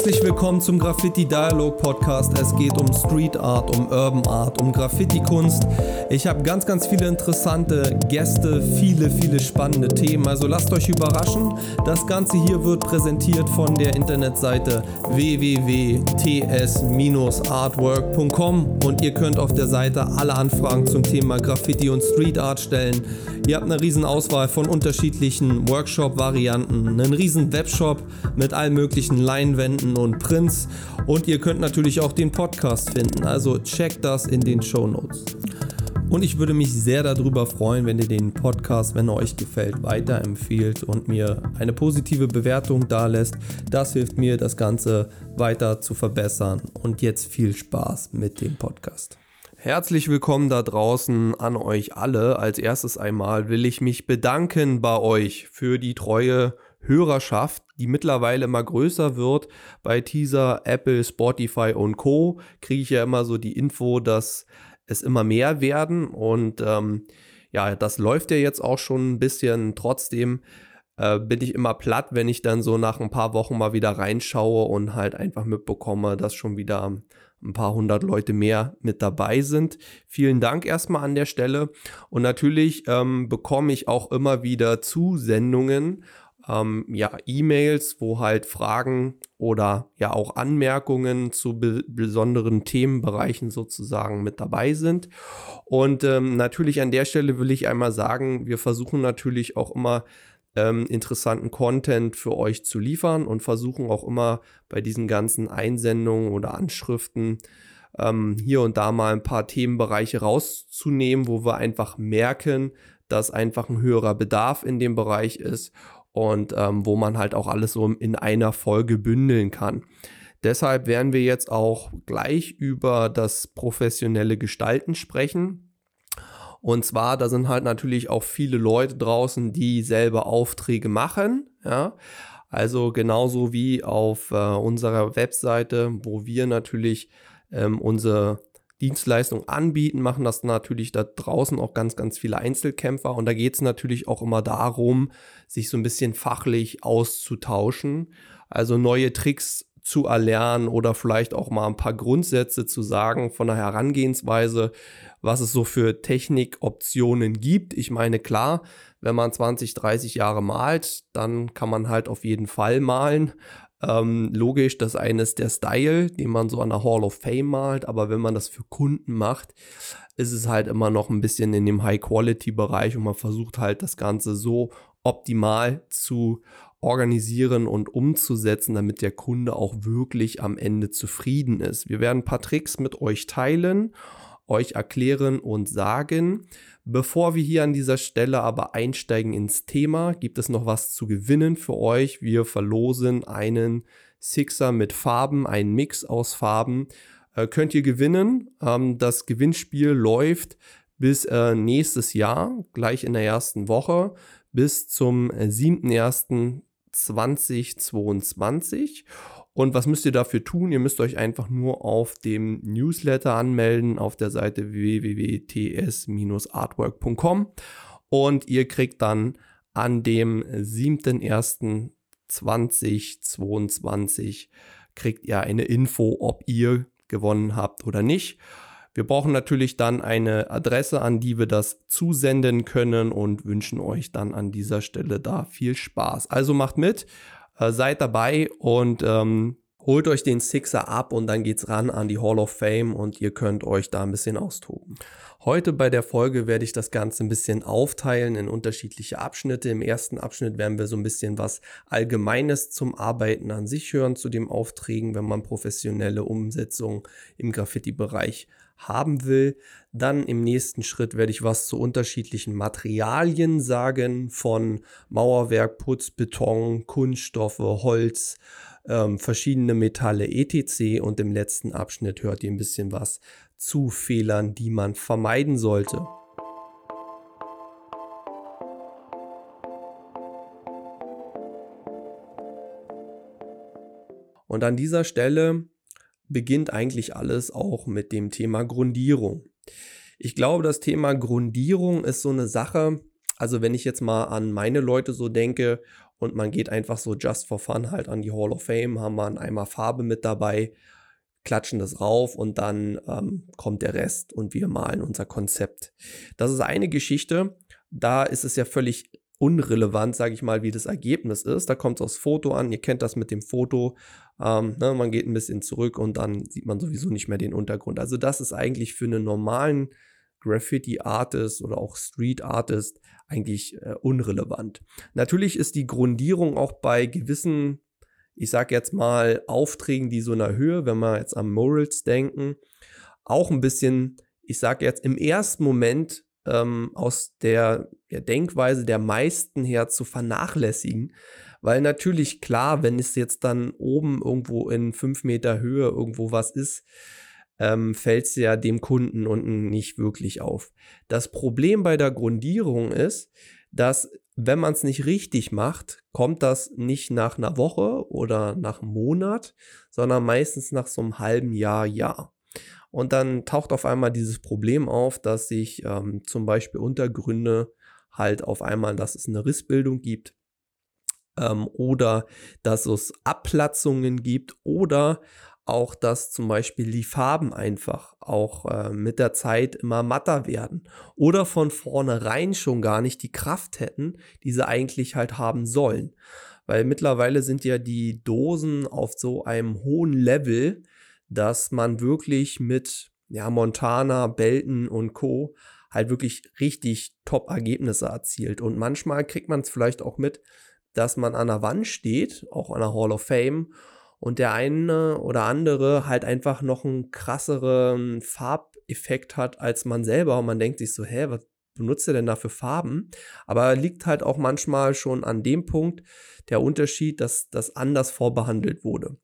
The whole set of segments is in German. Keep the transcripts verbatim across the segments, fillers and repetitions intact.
Herzlich willkommen zum Graffiti Dialog Podcast. Es geht um Street Art, um Urban Art, um Graffiti-Kunst. Ich habe ganz, ganz viele interessante Gäste, viele, viele spannende Themen. Also lasst euch überraschen. Das Ganze hier wird präsentiert von der Internetseite w w w punkt t s Bindestrich artwork punkt com und ihr könnt auf der Seite alle Anfragen zum Thema Graffiti und Street Art stellen. Ihr habt eine riesen Auswahl von unterschiedlichen Workshop-Varianten, einen riesen Webshop mit allen möglichen Leinwänden und Prints und ihr könnt natürlich auch den Podcast finden, also checkt das in den Shownotes. Und ich würde mich sehr darüber freuen, wenn ihr den Podcast, wenn er euch gefällt, weiterempfehlt und mir eine positive Bewertung dalässt. Das hilft mir, das Ganze weiter zu verbessern. Und jetzt viel Spaß mit dem Podcast. Herzlich willkommen da draußen an euch alle. Als erstes einmal will ich mich bedanken bei euch für die treue Hörerschaft, die mittlerweile immer größer wird. Bei Teaser, Apple, Spotify und Co. kriege ich ja immer so die Info, dass es immer mehr werden und ähm, ja, das läuft ja jetzt auch schon ein bisschen. Trotzdem äh, bin ich immer platt, wenn ich dann so nach ein paar Wochen mal wieder reinschaue und halt einfach mitbekomme, dass schon wieder ein paar hundert Leute mehr mit dabei sind. Vielen Dank erstmal an der Stelle und natürlich ähm, bekomme ich auch immer wieder Zusendungen, ähm, ja, E-Mails, wo halt Fragen oder ja auch Anmerkungen zu be- besonderen Themenbereichen sozusagen mit dabei sind. Und ähm, natürlich an der Stelle will ich einmal sagen, wir versuchen natürlich auch immer ähm, interessanten Content für euch zu liefern und versuchen auch immer bei diesen ganzen Einsendungen oder Anschriften ähm, hier und da mal ein paar Themenbereiche rauszunehmen, wo wir einfach merken, dass einfach ein höherer Bedarf in dem Bereich ist. Und ähm, wo man halt auch alles so in einer Folge bündeln kann. Deshalb werden wir jetzt auch gleich über das professionelle Gestalten sprechen. Und zwar, da sind halt natürlich auch viele Leute draußen, die selber Aufträge machen. Ja? Also genauso wie auf äh, unserer Webseite, wo wir natürlich ähm, unsere Dienstleistung anbieten, machen das natürlich da draußen auch ganz, ganz viele Einzelkämpfer und da geht es natürlich auch immer darum, sich so ein bisschen fachlich auszutauschen, also neue Tricks zu erlernen oder vielleicht auch mal ein paar Grundsätze zu sagen von der Herangehensweise, was es so für Technikoptionen gibt. Ich meine, klar, wenn man zwanzig, dreißig Jahre malt, dann kann man halt auf jeden Fall malen. Ähm, logisch, das eine ist der Style, den man so an der Hall of Fame malt, aber wenn man das für Kunden macht, ist es halt immer noch ein bisschen in dem High-Quality-Bereich und man versucht halt das Ganze so optimal zu organisieren und umzusetzen, damit der Kunde auch wirklich am Ende zufrieden ist. Wir werden ein paar Tricks mit euch teilen, euch erklären und sagen. Bevor wir hier an dieser Stelle aber einsteigen ins Thema, gibt es noch was zu gewinnen für euch. Wir verlosen einen Sixer mit Farben, einen Mix aus Farben. Äh, könnt ihr gewinnen. Ähm, das Gewinnspiel läuft bis äh, nächstes Jahr, gleich in der ersten Woche, bis zum siebten ersten zweitausendzweiundzwanzig. Und was müsst ihr dafür tun? Ihr müsst euch einfach nur auf dem Newsletter anmelden auf der Seite w w w punkt t s Bindestrich artwork punkt com und ihr kriegt dann an dem siebten ersten zweitausendzweiundzwanzig kriegt ihr eine Info, ob ihr gewonnen habt oder nicht. Wir brauchen natürlich dann eine Adresse, an die wir das zusenden können und wünschen euch dann an dieser Stelle da viel Spaß. Also macht mit. Äh, seid dabei und ähm, holt euch den Sixer ab und dann geht's ran an die Hall of Fame und ihr könnt euch da ein bisschen austoben. Heute bei der Folge werde ich das Ganze ein bisschen aufteilen in unterschiedliche Abschnitte. Im ersten Abschnitt werden wir so ein bisschen was Allgemeines zum Arbeiten an sich hören, zu den Aufträgen, wenn man professionelle Umsetzung im Graffiti-Bereich haben will. Dann im nächsten Schritt werde ich was zu unterschiedlichen Materialien sagen, von Mauerwerk, Putz, Beton, Kunststoffe, Holz, ähm, verschiedene Metalle et cetera. Und im letzten Abschnitt hört ihr ein bisschen was zu Fehlern, die man vermeiden sollte. Und an dieser Stelle beginnt eigentlich alles auch mit dem Thema Grundierung. Ich glaube, das Thema Grundierung ist so eine Sache, also wenn ich jetzt mal an meine Leute so denke und man geht einfach so just for fun halt an die Hall of Fame, haben wir einen Eimer Farbe mit dabei, klatschen das rauf und dann ähm, kommt der Rest und wir malen unser Konzept. Das ist eine Geschichte, da ist es ja völlig unrelevant, sage ich mal, wie das Ergebnis ist. Da kommt es aufs Foto an, ihr kennt das mit dem Foto, ähm, ne, man geht ein bisschen zurück und dann sieht man sowieso nicht mehr den Untergrund. Also das ist eigentlich für einen normalen Graffiti-Artist oder auch Street-Artist eigentlich äh, unrelevant. Natürlich ist die Grundierung auch bei gewissen, ich sag jetzt mal, Aufträgen, die so in der Höhe, wenn wir jetzt an Murals denken, auch ein bisschen, ich sag jetzt im ersten Moment ähm, aus der, der Denkweise der meisten her zu vernachlässigen, weil natürlich klar, wenn es jetzt dann oben irgendwo in fünf Meter Höhe irgendwo was ist, ähm, fällt es ja dem Kunden unten nicht wirklich auf. Das Problem bei der Grundierung ist, dass wenn man es nicht richtig macht, kommt das nicht nach einer Woche oder nach einem Monat, sondern meistens nach so einem halben Jahr, Jahr. Und dann taucht auf einmal dieses Problem auf, dass sich ähm, zum Beispiel Untergründe halt auf einmal, dass es eine Rissbildung gibt ähm, oder dass es Abplatzungen gibt oder auch, dass zum Beispiel die Farben einfach auch äh, mit der Zeit immer matter werden oder von vornherein schon gar nicht die Kraft hätten, die sie eigentlich halt haben sollen. Weil mittlerweile sind ja die Dosen auf so einem hohen Level, dass man wirklich mit ja, Montana, Belton und Co. halt wirklich richtig Top-Ergebnisse erzielt. Und manchmal kriegt man es vielleicht auch mit, dass man an der Wand steht, auch an der Hall of Fame, und der eine oder andere halt einfach noch einen krasseren Farbeffekt hat als man selber. Und man denkt sich so, hä, was benutzt ihr denn da für Farben? Aber liegt halt auch manchmal schon an dem Punkt der Unterschied, dass das anders vorbehandelt wurde.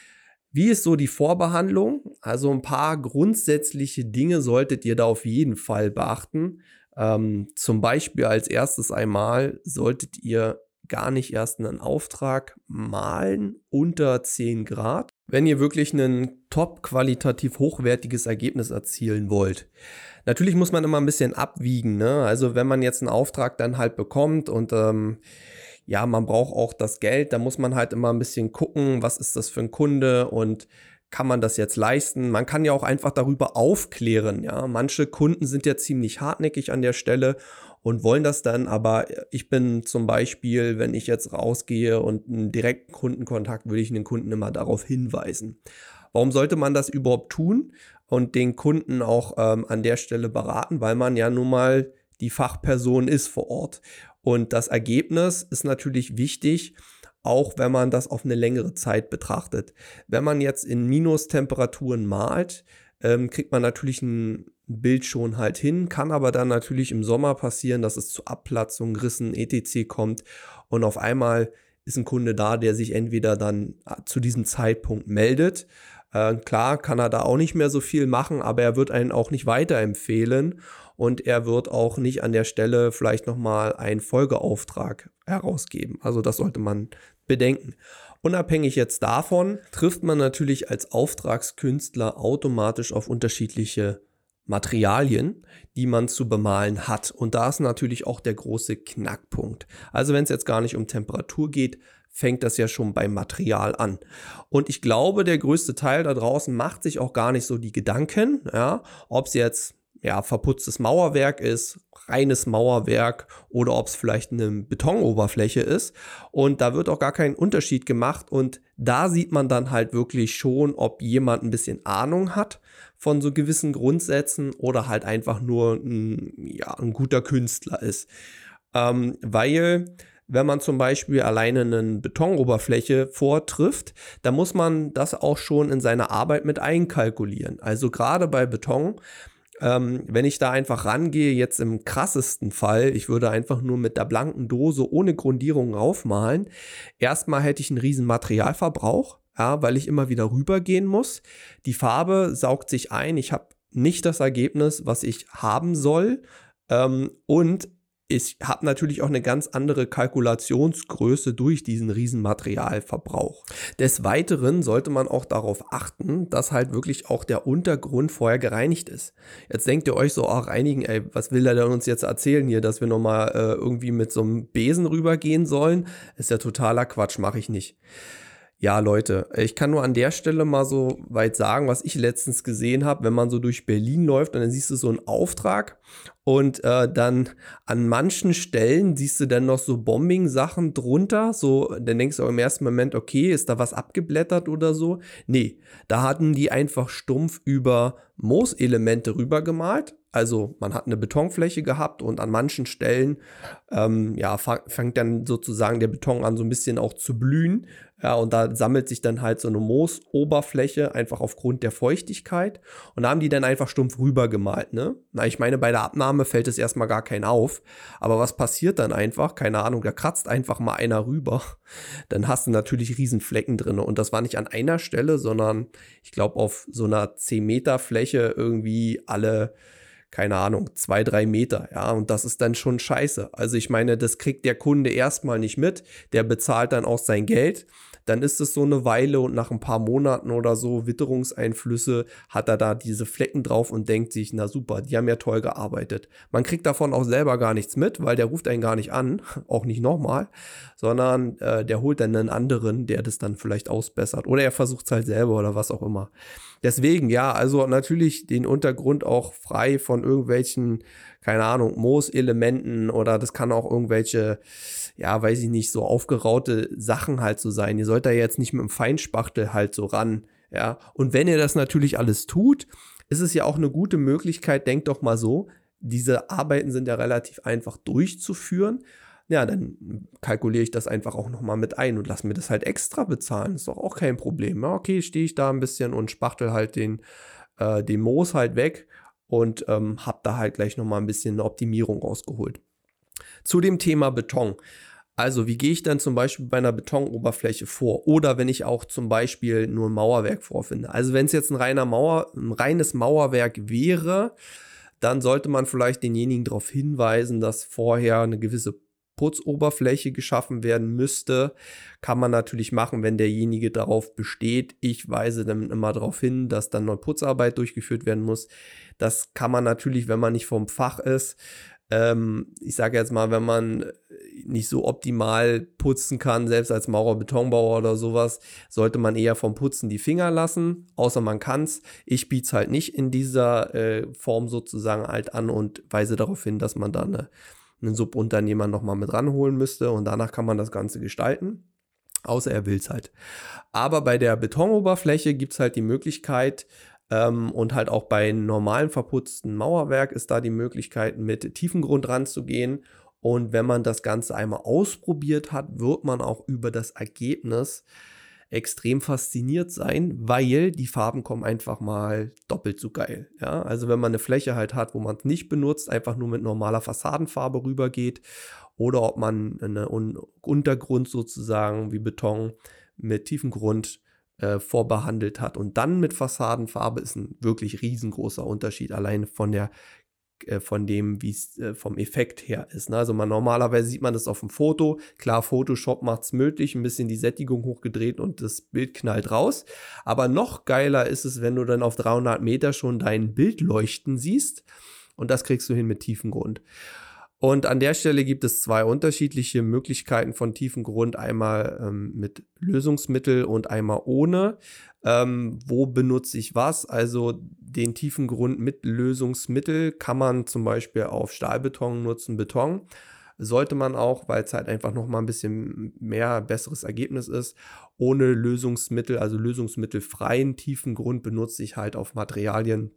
Wie ist so die Vorbehandlung? Also ein paar grundsätzliche Dinge solltet ihr da auf jeden Fall beachten. Ähm, zum Beispiel als erstes einmal solltet ihr gar nicht erst einen Auftrag malen unter zehn Grad, wenn ihr wirklich ein top qualitativ hochwertiges Ergebnis erzielen wollt. Natürlich muss man immer ein bisschen abwiegen, ne? Also wenn man jetzt einen Auftrag dann halt bekommt und ähm, ja, man braucht auch das Geld, da muss man halt immer ein bisschen gucken, was ist das für ein Kunde und kann man das jetzt leisten? Man kann ja auch einfach darüber aufklären, ja. Manche Kunden sind ja ziemlich hartnäckig an der Stelle und wollen das dann, aber ich bin zum Beispiel, wenn ich jetzt rausgehe und einen direkten Kundenkontakt, würde ich den Kunden immer darauf hinweisen. Warum sollte man das überhaupt tun und den Kunden auch ähm, an der Stelle beraten? Weil man ja nun mal die Fachperson ist vor Ort. Und das Ergebnis ist natürlich wichtig, auch wenn man das auf eine längere Zeit betrachtet. Wenn man jetzt in Minustemperaturen malt, ähm, kriegt man natürlich ein Bild schon halt hin, kann aber dann natürlich im Sommer passieren, dass es zu Abplatzungen, Rissen, et cetera kommt und auf einmal ist ein Kunde da, der sich entweder dann zu diesem Zeitpunkt meldet. Äh, klar kann er da auch nicht mehr so viel machen, aber er wird einen auch nicht weiterempfehlen und er wird auch nicht an der Stelle vielleicht nochmal einen Folgeauftrag herausgeben. Also das sollte man bedenken. Unabhängig jetzt davon trifft man natürlich als Auftragskünstler automatisch auf unterschiedliche Materialien, die man zu bemalen hat. Und da ist natürlich auch der große Knackpunkt. Also wenn es jetzt gar nicht um Temperatur geht, fängt das ja schon beim Material an. Und ich glaube, der größte Teil da draußen macht sich auch gar nicht so die Gedanken, ja, ob es jetzt ja, verputztes Mauerwerk ist, reines Mauerwerk oder ob es vielleicht eine Betonoberfläche ist. Und da wird auch gar kein Unterschied gemacht. Und da sieht man dann halt wirklich schon, ob jemand ein bisschen Ahnung hat von so gewissen Grundsätzen oder halt einfach nur ein, ja, ein guter Künstler ist. Ähm, weil wenn man zum Beispiel alleine eine Betonoberfläche vortrifft, dann muss man das auch schon in seine Arbeit mit einkalkulieren. Also gerade bei Beton, Ähm, wenn ich da einfach rangehe, jetzt im krassesten Fall, ich würde einfach nur mit der blanken Dose ohne Grundierung raufmalen. Erstmal hätte ich einen riesen Materialverbrauch, ja, weil ich immer wieder rübergehen muss. Die Farbe saugt sich ein. Ich habe nicht das Ergebnis, was ich haben soll. Ähm, und ich habe natürlich auch eine ganz andere Kalkulationsgröße durch diesen riesen Materialverbrauch. Des Weiteren sollte man auch darauf achten, dass halt wirklich auch der Untergrund vorher gereinigt ist. Jetzt denkt ihr euch so, ach reinigen, ey, was will er denn uns jetzt erzählen hier, dass wir nochmal äh, irgendwie mit so einem Besen rübergehen sollen? Ist ja totaler Quatsch, mache ich nicht. Ja, Leute, ich kann nur an der Stelle mal so weit sagen, was ich letztens gesehen habe, wenn man so durch Berlin läuft und dann siehst du so einen Auftrag und äh, dann an manchen Stellen siehst du dann noch so Bombing-Sachen drunter, so, dann denkst du auch im ersten Moment, okay, ist da was abgeblättert oder so? Nee, da hatten die einfach stumpf über Mooselemente rübergemalt. Also man hat eine Betonfläche gehabt und an manchen Stellen ähm, ja, fängt dann sozusagen der Beton an so ein bisschen auch zu blühen. Ja, und da sammelt sich dann halt so eine Moosoberfläche einfach aufgrund der Feuchtigkeit. Und da haben die dann einfach stumpf rübergemalt, ne? Na, ich meine, bei der Abnahme fällt es erstmal gar keinen auf. Aber was passiert dann einfach? Keine Ahnung, da kratzt einfach mal einer rüber. Dann hast du natürlich riesen Flecken drin. Und das war nicht an einer Stelle, sondern ich glaube auf so einer zehn Meter Fläche irgendwie alle, keine Ahnung, zwei, drei Meter, ja, und das ist dann schon scheiße. Also ich meine, das kriegt der Kunde erstmal nicht mit, der bezahlt dann auch sein Geld, dann ist es so eine Weile und nach ein paar Monaten oder so Witterungseinflüsse hat er da diese Flecken drauf und denkt sich, na super, die haben ja toll gearbeitet. Man kriegt davon auch selber gar nichts mit, weil der ruft einen gar nicht an, auch nicht nochmal, sondern äh, der holt dann einen anderen, der das dann vielleicht ausbessert oder er versucht es halt selber oder was auch immer. Deswegen, ja, also natürlich den Untergrund auch frei von irgendwelchen, keine Ahnung, Mooselementen oder das kann auch irgendwelche, ja, weiß ich nicht, so aufgeraute Sachen halt so sein. Ihr sollt da jetzt nicht mit dem Feinspachtel halt so ran, ja. Und wenn ihr das natürlich alles tut, ist es ja auch eine gute Möglichkeit, denkt doch mal so, diese Arbeiten sind ja relativ einfach durchzuführen. Ja, dann kalkuliere ich das einfach auch nochmal mit ein und lasse mir das halt extra bezahlen. Ist doch auch kein Problem. Ja, okay, stehe ich da ein bisschen und spachtel halt den, äh, den Moos halt weg und ähm, habe da halt gleich nochmal ein bisschen eine Optimierung rausgeholt. Zu dem Thema Beton. Also wie gehe ich dann zum Beispiel bei einer Betonoberfläche vor? Oder wenn ich auch zum Beispiel nur ein Mauerwerk vorfinde. Also wenn es jetzt ein, reiner Mauer, ein reines Mauerwerk wäre, dann sollte man vielleicht denjenigen darauf hinweisen, dass vorher eine gewisse Putzoberfläche geschaffen werden müsste. Kann man natürlich machen, wenn derjenige darauf besteht. Ich weise dann immer darauf hin, dass dann noch Putzarbeit durchgeführt werden muss. Das kann man natürlich, wenn man nicht vom Fach ist. Ähm, ich sage jetzt mal, wenn man nicht so optimal putzen kann, selbst als Maurer, Betonbauer oder sowas, sollte man eher vom Putzen die Finger lassen, außer man kann es. Ich biete es halt nicht in dieser äh, Form sozusagen halt an und weise darauf hin, dass man da eine einen Subunternehmer nochmal mit ranholen müsste und danach kann man das Ganze gestalten, außer er will es halt. Aber bei der Betonoberfläche gibt es halt die Möglichkeit ähm, und halt auch bei normalen verputzten Mauerwerk ist da die Möglichkeit, mit Tiefengrund ranzugehen und wenn man das Ganze einmal ausprobiert hat, wird man auch über das Ergebnis extrem fasziniert sein, weil die Farben kommen einfach mal doppelt so geil. Ja? Also wenn man eine Fläche halt hat, wo man es nicht benutzt, einfach nur mit normaler Fassadenfarbe rübergeht oder ob man einen Un- Untergrund sozusagen wie Beton mit Tiefengrund äh, vorbehandelt hat und dann mit Fassadenfarbe, ist ein wirklich riesengroßer Unterschied, allein von der von dem, wie es äh, vom Effekt her ist. Ne? Also man, normalerweise sieht man das auf dem Foto. Klar, Photoshop macht es möglich, ein bisschen die Sättigung hochgedreht und das Bild knallt raus. Aber noch geiler ist es, wenn du dann auf dreihundert Meter schon dein Bild leuchten siehst und das kriegst du hin mit Tiefengrund. Und an der Stelle gibt es zwei unterschiedliche Möglichkeiten von Tiefengrund, einmal ähm, mit Lösungsmittel und einmal ohne. Ähm, wo benutze ich was? Also den Tiefengrund mit Lösungsmittel kann man zum Beispiel auf Stahlbeton nutzen, Beton. Sollte man auch, weil es halt einfach nochmal ein bisschen mehr, besseres Ergebnis ist. Ohne Lösungsmittel, also lösungsmittelfreien Tiefengrund benutze ich halt auf Materialien,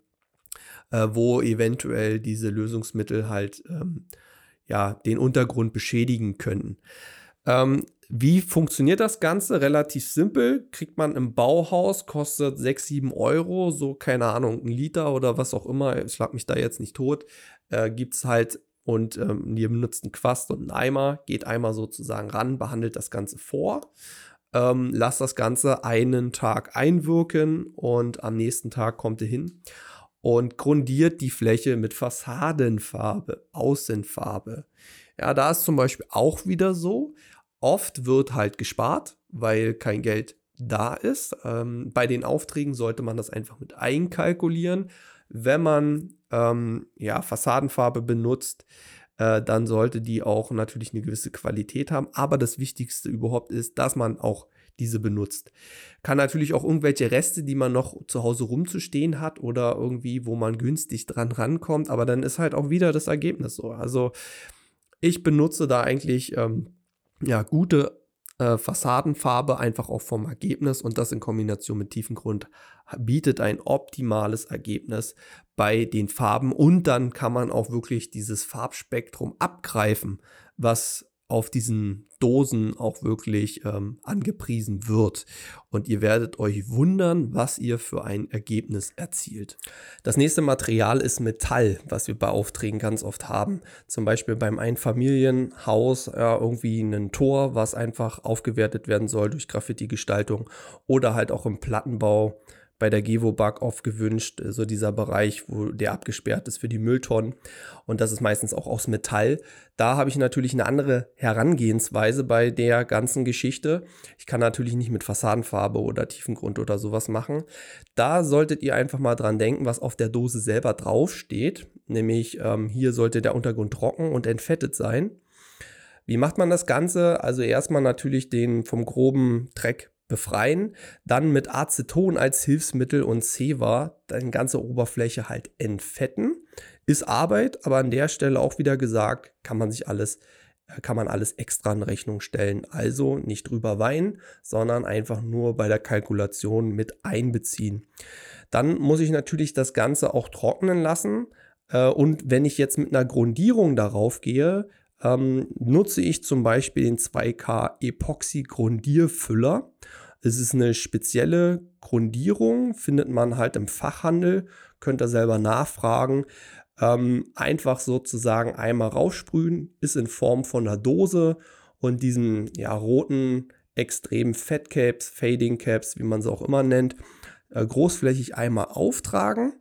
äh, wo eventuell diese Lösungsmittel halt ähm, ja, den Untergrund beschädigen könnten. Ähm, wie funktioniert das Ganze? Relativ simpel. Kriegt man im Bauhaus, kostet sechs, sieben Euro, so keine Ahnung, ein Liter oder was auch immer, ich schlag mich da jetzt nicht tot, äh, gibt es halt und ähm, ihr benutzt einen Quast und einen Eimer, geht einmal sozusagen ran, behandelt das Ganze vor, ähm, lasst das Ganze einen Tag einwirken und am nächsten Tag kommt ihr hin und grundiert die Fläche mit Fassadenfarbe, Außenfarbe. Ja, da ist zum Beispiel auch wieder so, oft wird halt gespart, weil kein Geld da ist. Ähm, bei den Aufträgen sollte man das einfach mit einkalkulieren. Wenn man ähm, ja, Fassadenfarbe benutzt, äh, dann sollte die auch natürlich eine gewisse Qualität haben. Aber das Wichtigste überhaupt ist, dass man auch diese benutzt. Kann natürlich auch irgendwelche Reste, die man noch zu Hause rumzustehen hat oder irgendwie, wo man günstig dran rankommt, aber dann ist halt auch wieder das Ergebnis so. Also ich benutze da eigentlich ähm, ja, gute äh, Fassadenfarbe, einfach auch vom Ergebnis, und das in Kombination mit Tiefengrund bietet ein optimales Ergebnis bei den Farben, und dann kann man auch wirklich dieses Farbspektrum abgreifen, was auf diesen Dosen auch wirklich ähm, angepriesen wird. Und ihr werdet euch wundern, was ihr für ein Ergebnis erzielt. Das nächste Material ist Metall, was wir bei Aufträgen ganz oft haben. Zum Beispiel beim Einfamilienhaus ja, irgendwie ein Tor, was einfach aufgewertet werden soll durch Graffiti-Gestaltung, oder halt auch im Plattenbau bei der Gewobag oft gewünscht, so dieser Bereich, wo der abgesperrt ist für die Mülltonnen, und das ist meistens auch aus Metall. Da habe ich natürlich eine andere Herangehensweise bei der ganzen Geschichte. Ich kann natürlich nicht mit Fassadenfarbe oder Tiefengrund oder sowas machen. Da solltet ihr einfach mal dran denken, was auf der Dose selber draufsteht, nämlich ähm, hier sollte der Untergrund trocken und entfettet sein. Wie macht man das Ganze? Also erstmal natürlich den vom groben Dreck befreien, dann mit Aceton als Hilfsmittel und Zewa die ganze Oberfläche halt entfetten. Ist Arbeit, aber an der Stelle auch wieder gesagt, kann man sich alles, kann man alles extra in Rechnung stellen. Also nicht drüber weinen, sondern einfach nur bei der Kalkulation mit einbeziehen. Dann muss ich natürlich das Ganze auch trocknen lassen, und wenn ich jetzt mit einer Grundierung darauf gehe, ähm, nutze ich zum Beispiel den zwei K Epoxy Grundierfüller. Es ist eine spezielle Grundierung, findet man halt im Fachhandel, könnt ihr selber nachfragen. Ähm, einfach sozusagen einmal raussprühen, ist in Form von einer Dose und diesen ja, roten extremen Fettcaps, Fading Caps, wie man sie auch immer nennt, äh, großflächig einmal auftragen,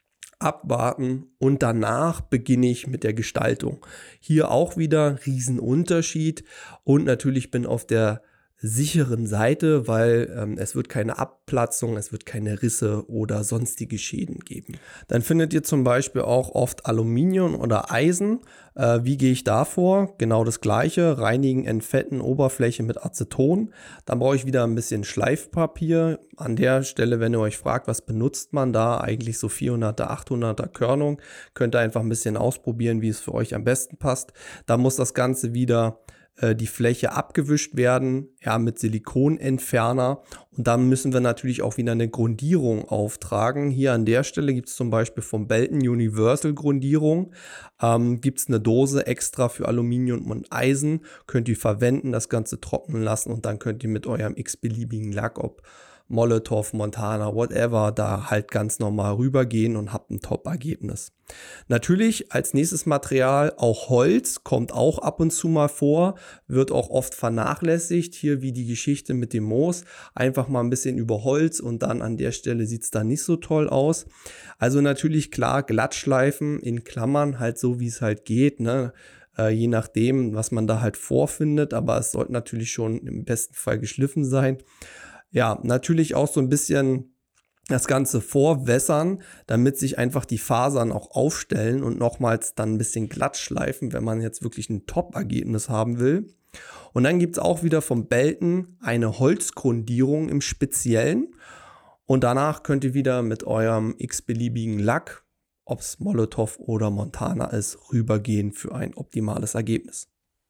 abwarten, und danach beginne ich mit der Gestaltung. Hier auch wieder Riesenunterschied, und natürlich bin auf der sicheren Seite, weil ähm, es wird keine Abplatzung, es wird keine Risse oder sonstige Schäden geben. Dann findet ihr zum Beispiel auch oft Aluminium oder Eisen. Äh, wie gehe ich da vor? Genau das gleiche, reinigen, entfetten, Oberfläche mit Aceton. Dann brauche ich wieder ein bisschen Schleifpapier. An der Stelle, wenn ihr euch fragt, was benutzt man da, eigentlich so vierhunderter, achthunderter Körnung, könnt ihr einfach ein bisschen ausprobieren, wie es für euch am besten passt. Da muss das Ganze wieder die Fläche abgewischt werden, ja, mit Silikonentferner, und dann müssen wir natürlich auch wieder eine Grundierung auftragen. Hier an der Stelle gibt es zum Beispiel vom Belten Universal Grundierung, ähm, gibt es eine Dose extra für Aluminium und Eisen, könnt ihr verwenden, das Ganze trocknen lassen, und dann könnt ihr mit eurem x-beliebigen Lack, ob Molotow, Montana, whatever, da halt ganz normal rübergehen und habt ein Top-Ergebnis. Natürlich als nächstes Material auch Holz, kommt auch ab und zu mal vor, wird auch oft vernachlässigt, hier wie die Geschichte mit dem Moos, einfach mal ein bisschen über Holz, und dann an der Stelle sieht es dann nicht so toll aus. Also natürlich klar, Glattschleifen in Klammern, halt so wie es halt geht, ne? Äh, je nachdem, was man da halt vorfindet, aber es sollte natürlich schon im besten Fall geschliffen sein. Ja, natürlich auch so ein bisschen das Ganze vorwässern, damit sich einfach die Fasern auch aufstellen und nochmals dann ein bisschen glatt schleifen, wenn man jetzt wirklich ein Top-Ergebnis haben will. Und dann gibt es auch wieder vom Belten eine Holzgrundierung im Speziellen, und danach könnt ihr wieder mit eurem x-beliebigen Lack, ob es Molotow oder Montana ist, rübergehen für ein optimales Ergebnis.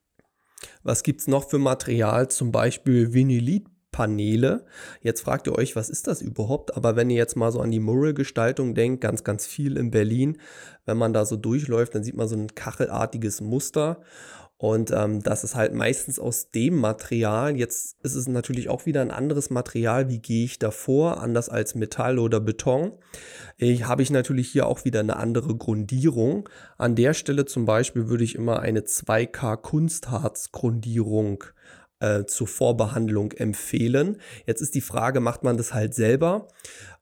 Was gibt es noch für Material? Zum Beispiel Vinylit Paneele. Jetzt fragt ihr euch, was ist das überhaupt? Aber wenn ihr jetzt mal so an die Mural-Gestaltung denkt, ganz, ganz viel in Berlin, wenn man da so durchläuft, dann sieht man so ein kachelartiges Muster. Und ähm, das ist halt meistens aus dem Material. Jetzt ist es natürlich auch wieder ein anderes Material. Wie gehe ich davor? Anders als Metall oder Beton. Ich, habe ich natürlich hier auch wieder eine andere Grundierung. An der Stelle zum Beispiel würde ich immer eine zwei K Kunstharz-Grundierung Äh, zur Vorbehandlung empfehlen. Jetzt ist die Frage, macht man das halt selber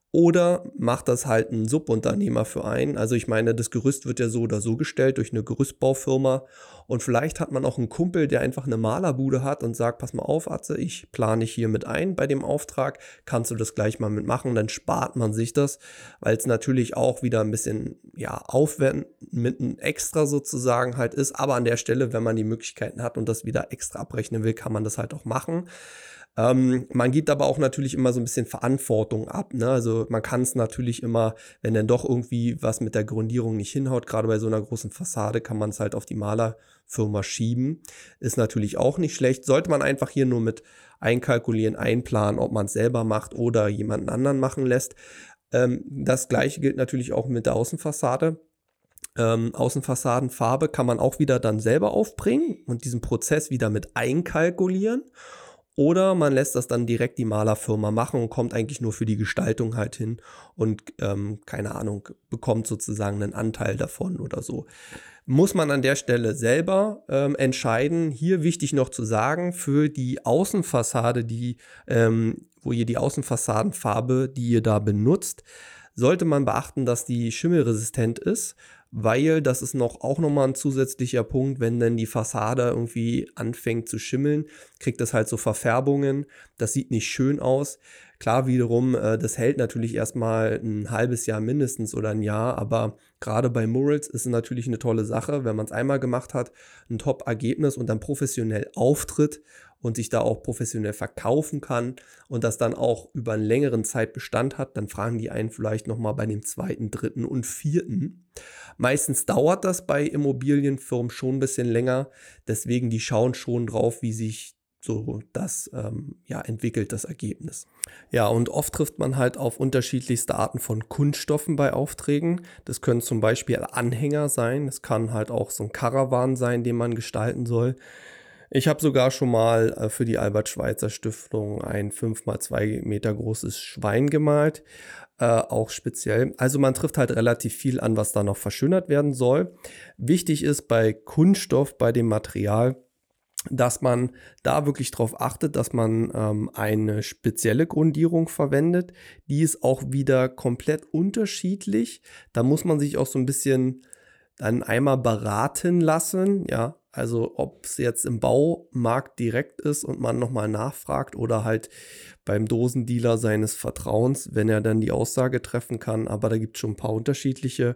Oder macht das halt ein Subunternehmer für einen. Also ich meine, das Gerüst wird ja so oder so gestellt durch eine Gerüstbaufirma. Und vielleicht hat man auch einen Kumpel, der einfach eine Malerbude hat und sagt, pass mal auf, Atze, ich plane dich hier mit ein bei dem Auftrag. Kannst du das gleich mal mitmachen? Dann spart man sich das, weil es natürlich auch wieder ein bisschen ja, Aufwand mit einem Extra sozusagen halt ist. Aber an der Stelle, wenn man die Möglichkeiten hat und das wieder extra abrechnen will, kann man das halt auch machen. Ähm, man gibt aber auch natürlich immer so ein bisschen Verantwortung ab, ne? Also man kann es natürlich immer, wenn dann doch irgendwie was mit der Grundierung nicht hinhaut, gerade bei so einer großen Fassade, kann man es halt auf die Malerfirma schieben. Ist natürlich auch nicht schlecht. Sollte man einfach hier nur mit einkalkulieren, einplanen, ob man es selber macht oder jemanden anderen machen lässt. Ähm, das gleiche gilt natürlich auch mit der Außenfassade. Ähm, Außenfassadenfarbe kann man auch wieder dann selber aufbringen und diesen Prozess wieder mit einkalkulieren. Oder man lässt das dann direkt die Malerfirma machen und kommt eigentlich nur für die Gestaltung halt hin und, ähm, keine Ahnung, bekommt sozusagen einen Anteil davon oder so. Muss man an der Stelle selber ähm, entscheiden. Hier wichtig noch zu sagen, für die Außenfassade, die, ähm, wo ihr die Außenfassadenfarbe, die ihr da benutzt, sollte man beachten, dass die schimmelresistent ist, weil das ist noch auch nochmal ein zusätzlicher Punkt, wenn dann die Fassade irgendwie anfängt zu schimmeln, kriegt das halt so Verfärbungen, das sieht nicht schön aus. Klar, wiederum, äh, das hält natürlich erstmal ein halbes Jahr mindestens oder ein Jahr, aber gerade bei Murals ist es natürlich eine tolle Sache, wenn man es einmal gemacht hat, ein Top-Ergebnis und dann professionell auftritt und sich da auch professionell verkaufen kann und das dann auch über einen längeren Zeitbestand hat, dann fragen die einen vielleicht nochmal bei dem zweiten, dritten und vierten. Meistens dauert das bei Immobilienfirmen schon ein bisschen länger, deswegen die schauen schon drauf, wie sich so das ähm, ja, entwickelt, das Ergebnis. Ja, und oft trifft man halt auf unterschiedlichste Arten von Kunststoffen bei Aufträgen. Das können zum Beispiel Anhänger sein, das kann halt auch so ein Karawan sein, den man gestalten soll. Ich habe sogar schon mal äh, für die Albert-Schweitzer-Stiftung ein fünf mal zwei Meter großes Schwein gemalt, äh, auch speziell. Also man trifft halt relativ viel an, was da noch verschönert werden soll. Wichtig ist bei Kunststoff, bei dem Material, dass man da wirklich darauf achtet, dass man ähm, eine spezielle Grundierung verwendet. Die ist auch wieder komplett unterschiedlich. Da muss man sich auch so ein bisschen dann einmal beraten lassen, ja. Also ob es jetzt im Baumarkt direkt ist und man nochmal nachfragt oder halt beim Dosendealer seines Vertrauens, wenn er dann die Aussage treffen kann. Aber da gibt es schon ein paar unterschiedliche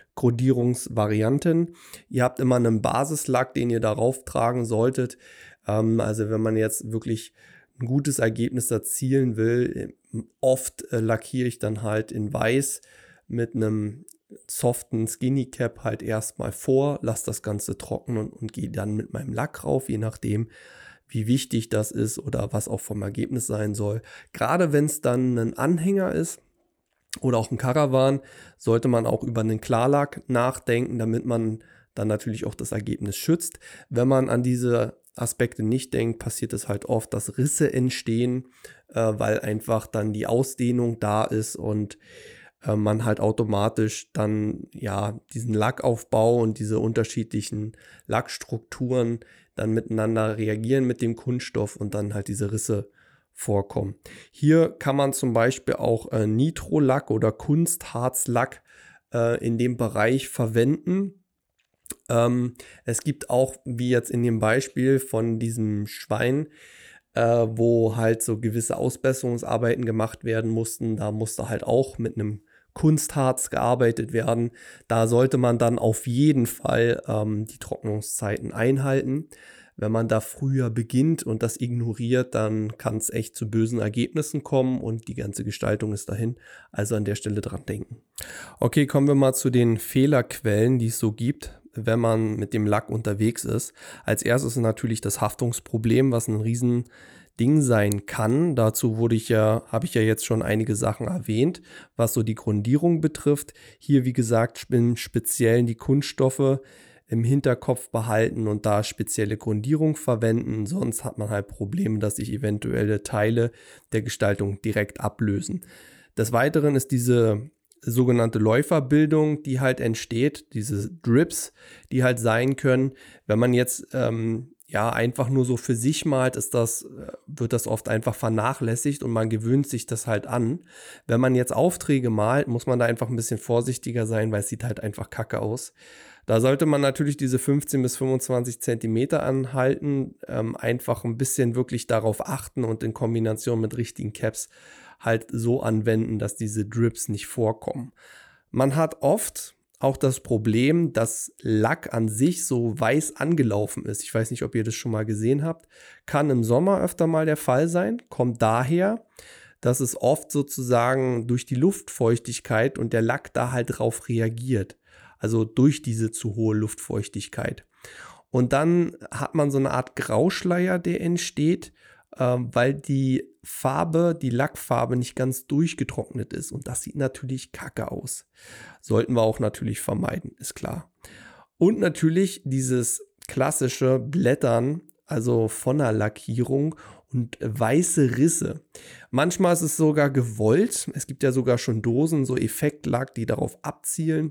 Grundierungsvarianten. Ihr habt immer einen Basislack, den ihr darauf tragen solltet. Ähm, also wenn man jetzt wirklich ein gutes Ergebnis erzielen will, oft äh, lackiere ich dann halt in weiß mit einem soften Skinny Cap halt erstmal vor, lasse das Ganze trocknen und, und gehe dann mit meinem Lack rauf, je nachdem, wie wichtig das ist oder was auch vom Ergebnis sein soll. Gerade wenn es dann ein Anhänger ist oder auch ein Karawan, sollte man auch über einen Klarlack nachdenken, damit man dann natürlich auch das Ergebnis schützt. Wenn man an diese Aspekte nicht denkt, passiert es halt oft, dass Risse entstehen, äh, weil einfach dann die Ausdehnung da ist und man halt automatisch dann ja diesen Lackaufbau und diese unterschiedlichen Lackstrukturen dann miteinander reagieren mit dem Kunststoff und dann halt diese Risse vorkommen. Hier kann man zum Beispiel auch äh, Nitrolack oder Kunstharzlack äh, in dem Bereich verwenden. Ähm, es gibt auch, wie jetzt in dem Beispiel von diesem Schwein, äh, wo halt so gewisse Ausbesserungsarbeiten gemacht werden mussten, da musste halt auch mit einem Kunstharz gearbeitet werden. Da sollte man dann auf jeden Fall ähm, die Trocknungszeiten einhalten. Wenn man da früher beginnt und das ignoriert, dann kann es echt zu bösen Ergebnissen kommen und die ganze Gestaltung ist dahin. Also an der Stelle dran denken. Okay, kommen wir mal zu den Fehlerquellen, die es so gibt, wenn man mit dem Lack unterwegs ist. Als erstes ist natürlich das Haftungsproblem, was ein riesen Ding sein kann. Dazu wurde ich ja, habe ich ja jetzt schon einige Sachen erwähnt, was so die Grundierung betrifft. Hier, wie gesagt, im Speziellen die Kunststoffe im Hinterkopf behalten und da spezielle Grundierung verwenden. Sonst hat man halt Probleme, dass sich eventuelle Teile der Gestaltung direkt ablösen. Des Weiteren ist diese sogenannte Läuferbildung, die halt entsteht, diese Drips, die halt sein können, wenn man jetzt ähm, ja, einfach nur so für sich malt, ist das, äh, wird das oft einfach vernachlässigt und man gewöhnt sich das halt an. Wenn man jetzt Aufträge malt, muss man da einfach ein bisschen vorsichtiger sein, weil es sieht halt einfach kacke aus. Da sollte man natürlich diese fünfzehn bis fünfundzwanzig Zentimeter anhalten, ähm, einfach ein bisschen wirklich darauf achten und in Kombination mit richtigen Caps halt so anwenden, dass diese Drips nicht vorkommen. Man hat oft auch das Problem, dass Lack an sich so weiß angelaufen ist. Ich weiß nicht, ob ihr das schon mal gesehen habt. Kann im Sommer öfter mal der Fall sein. Kommt daher, dass es oft sozusagen durch die Luftfeuchtigkeit und der Lack da halt drauf reagiert. Also durch diese zu hohe Luftfeuchtigkeit. Und dann hat man so eine Art Grauschleier, der entsteht, ähm, weil die Farbe, die Lackfarbe nicht ganz durchgetrocknet ist. Und das sieht natürlich kacke aus. Sollten wir auch natürlich vermeiden, ist klar. Und natürlich dieses klassische Blättern, also von der Lackierung und weiße Risse. Manchmal ist es sogar gewollt. Es gibt ja sogar schon Dosen, so Effektlack, die darauf abzielen.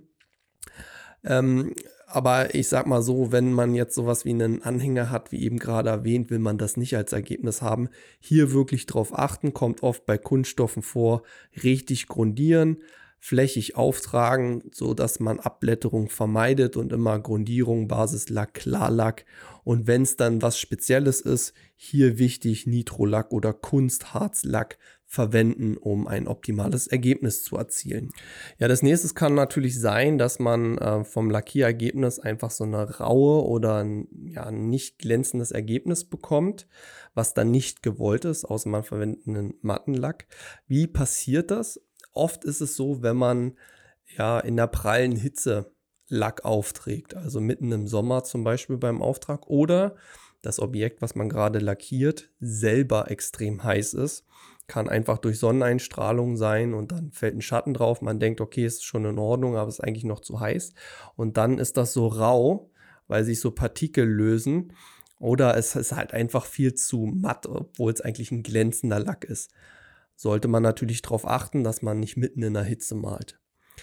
Ähm, aber ich sag mal so, wenn man jetzt sowas wie einen Anhänger hat, wie eben gerade erwähnt, will man das nicht als Ergebnis haben. Hier wirklich drauf achten, kommt oft bei Kunststoffen vor, richtig grundieren, flächig auftragen, so dass man Abblätterung vermeidet und immer Grundierung, Basislack, Klarlack. Und wenn es dann was Spezielles ist, hier wichtig Nitrolack oder Kunstharzlack verwenden, um ein optimales Ergebnis zu erzielen. Ja, das nächste kann natürlich sein, dass man äh, vom Lackierergebnis einfach so eine raue oder ein ja, nicht glänzendes Ergebnis bekommt, was dann nicht gewollt ist, außer man verwendet einen matten Lack. Wie passiert das? Oft ist es so, wenn man ja in der prallen Hitze Lack aufträgt, also mitten im Sommer zum Beispiel beim Auftrag, oder das Objekt, was man gerade lackiert, selber extrem heiß ist. Kann einfach durch Sonneneinstrahlung sein und dann fällt ein Schatten drauf. Man denkt, okay, ist schon in Ordnung, aber es ist eigentlich noch zu heiß. Und dann ist das so rau, weil sich so Partikel lösen. Oder es ist halt einfach viel zu matt, obwohl es eigentlich ein glänzender Lack ist. Sollte man natürlich darauf achten, dass man nicht mitten in der Hitze malt.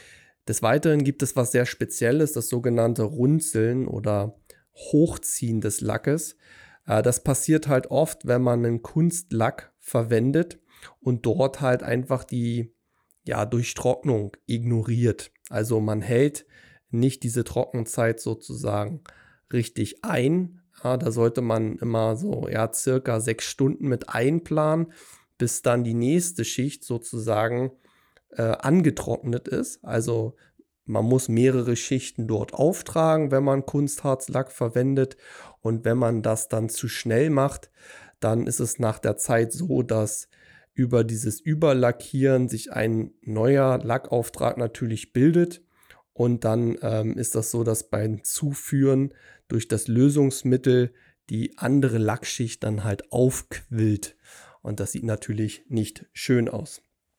Des Weiteren gibt es was sehr Spezielles, das sogenannte Runzeln oder Hochziehen des Lackes. Das passiert halt oft, wenn man einen Kunstlack verwendet und dort halt einfach die ja, Durchtrocknung ignoriert. Also man hält nicht diese Trockenzeit sozusagen richtig ein. Ja, da sollte man immer so ja, circa sechs Stunden mit einplanen, bis dann die nächste Schicht sozusagen äh, angetrocknet ist. Also man muss mehrere Schichten dort auftragen, wenn man Kunstharzlack verwendet. Und wenn man das dann zu schnell macht, dann ist es nach der Zeit so, dass über dieses Überlackieren sich ein neuer Lackauftrag natürlich bildet. Und dann ähm, ist das so, dass beim Zuführen durch das Lösungsmittel die andere Lackschicht dann halt aufquillt. Und das sieht natürlich nicht schön aus.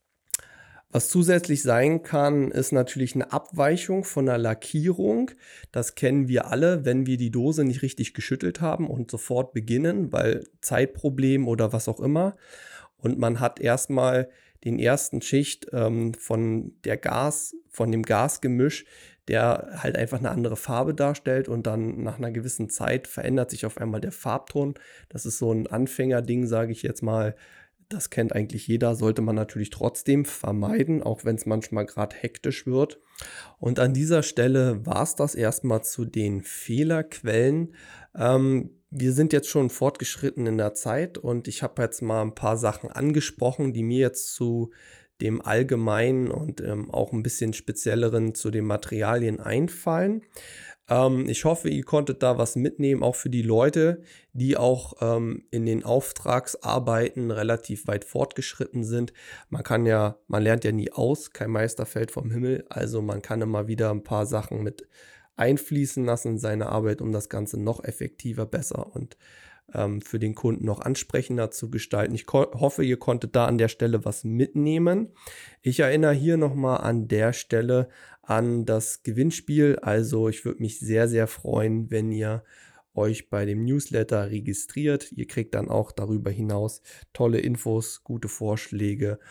Was zusätzlich sein kann, ist natürlich eine Abweichung von der Lackierung. Das kennen wir alle, wenn wir die Dose nicht richtig geschüttelt haben und sofort beginnen, weil Zeitproblem oder was auch immer. Und man hat erstmal den ersten Schicht ähm, von der Gas, von dem Gasgemisch, der halt einfach eine andere Farbe darstellt und dann nach einer gewissen Zeit verändert sich auf einmal der Farbton. Das ist so ein Anfängerding, sage ich jetzt mal. Das kennt eigentlich jeder, sollte man natürlich trotzdem vermeiden, auch wenn es manchmal gerade hektisch wird. Und an dieser Stelle war es das erstmal zu den Fehlerquellen. Ähm, wir sind jetzt schon fortgeschritten in der Zeit und ich habe jetzt mal ein paar Sachen angesprochen, die mir jetzt zu dem Allgemeinen und ähm, auch ein bisschen spezielleren zu den Materialien einfallen. Ähm, ich hoffe, ihr konntet da was mitnehmen, auch für die Leute, die auch ähm, in den Auftragsarbeiten relativ weit fortgeschritten sind. Man kann ja, man lernt ja nie aus, kein Meister fällt vom Himmel, also man kann immer wieder ein paar Sachen mit einfließen lassen in seine Arbeit, um das Ganze noch effektiver, besser und ähm, für den Kunden noch ansprechender zu gestalten. Ich ko- hoffe, ihr konntet da an der Stelle was mitnehmen. Ich erinnere hier nochmal an der Stelle an das Gewinnspiel. Also ich würde mich sehr, sehr freuen, wenn ihr euch bei dem Newsletter registriert. Ihr kriegt dann auch darüber hinaus tolle Infos, gute Vorschläge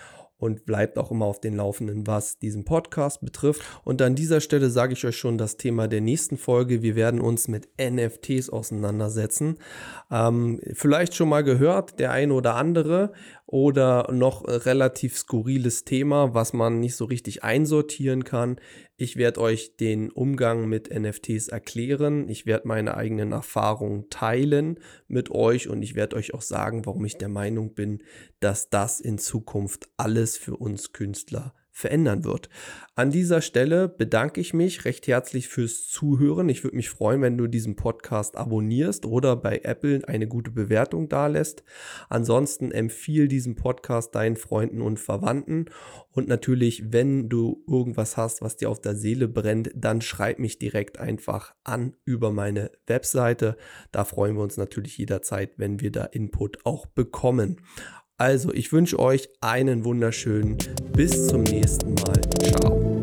und bleibt auch immer auf den Laufenden, was diesen Podcast betrifft. Und an dieser Stelle sage ich euch schon das Thema der nächsten Folge. Wir werden uns mit N F Ts auseinandersetzen. Ähm, vielleicht schon mal gehört, der eine oder andere, oder noch relativ skurriles Thema, was man nicht so richtig einsortieren kann. Ich werde euch den Umgang mit N F Ts erklären. Ich werde meine eigenen Erfahrungen teilen mit euch und ich werde euch auch sagen, warum ich der Meinung bin, dass das in Zukunft alles für uns Künstler verändern wird. An dieser Stelle bedanke ich mich recht herzlich fürs Zuhören. Ich würde mich freuen, wenn du diesen Podcast abonnierst oder bei Apple eine gute Bewertung dalässt. Ansonsten empfiehl diesen Podcast deinen Freunden und Verwandten. Und natürlich, wenn du irgendwas hast, was dir auf der Seele brennt, dann schreib mich direkt einfach an über meine Webseite. Da freuen wir uns natürlich jederzeit, wenn wir da Input auch bekommen. Also, ich wünsche euch einen wunderschönen, bis zum nächsten Mal. Ciao.